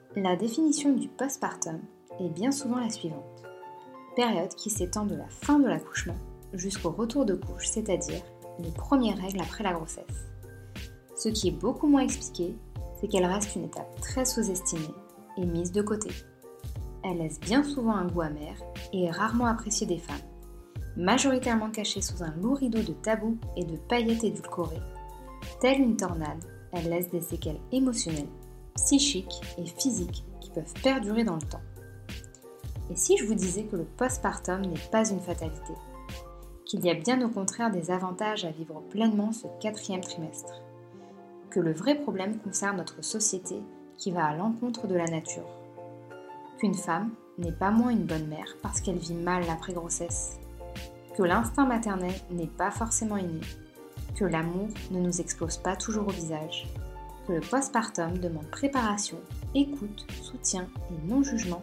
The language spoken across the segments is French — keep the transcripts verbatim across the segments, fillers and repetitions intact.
La définition du postpartum est bien souvent la suivante. Période qui s'étend de la fin de l'accouchement jusqu'au retour de couche, c'est-à-dire les premières règles après la grossesse. Ce qui est beaucoup moins expliqué, c'est qu'elle reste une étape très sous-estimée et mise de côté. Elle laisse bien souvent un goût amer et est rarement appréciée des femmes, majoritairement cachée sous un lourd rideau de tabous et de paillettes édulcorées. Telle une tornade, elle laisse des séquelles émotionnelles, psychiques et physiques qui peuvent perdurer dans le temps. Et si je vous disais que le postpartum n'est pas une fatalité, qu'il y a bien au contraire des avantages à vivre pleinement ce quatrième trimestre, que le vrai problème concerne notre société qui va à l'encontre de la nature, qu'une femme n'est pas moins une bonne mère parce qu'elle vit mal l'après-grossesse, que l'instinct maternel n'est pas forcément inné, que l'amour ne nous explose pas toujours au visage, que le postpartum demande préparation, écoute, soutien et non-jugement.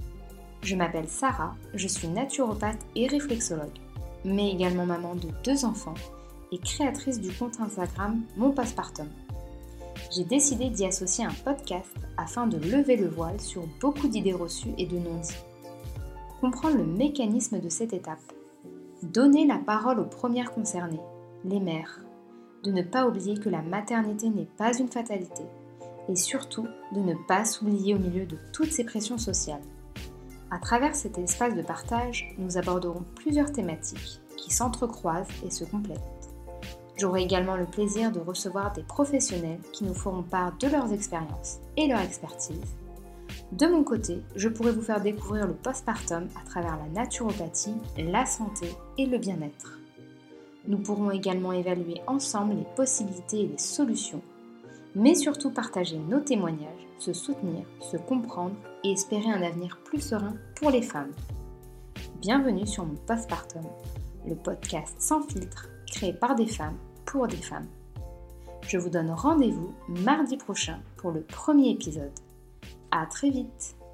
Je m'appelle Sarah, je suis naturopathe et réflexologue, mais également maman de deux enfants et créatrice du compte Instagram Mon Postpartum. J'ai décidé d'y associer un podcast afin de lever le voile sur beaucoup d'idées reçues et de non-dits. Comprendre le mécanisme de cette étape, donner la parole aux premières concernées, les mères, de ne pas oublier que la maternité n'est pas une fatalité et surtout de ne pas s'oublier au milieu de toutes ces pressions sociales. À travers cet espace de partage, nous aborderons plusieurs thématiques qui s'entrecroisent et se complètent. J'aurai également le plaisir de recevoir des professionnels qui nous feront part de leurs expériences et leur expertise. De mon côté, je pourrai vous faire découvrir le postpartum à travers la naturopathie, la santé et le bien-être. Nous pourrons également évaluer ensemble les possibilités et les solutions, mais surtout partager nos témoignages, se soutenir, se comprendre et espérer un avenir plus serein pour les femmes. Bienvenue sur mon postpartum, le podcast sans filtre créé par des femmes pour des femmes. Je vous donne rendez-vous mardi prochain pour le premier épisode. À très vite!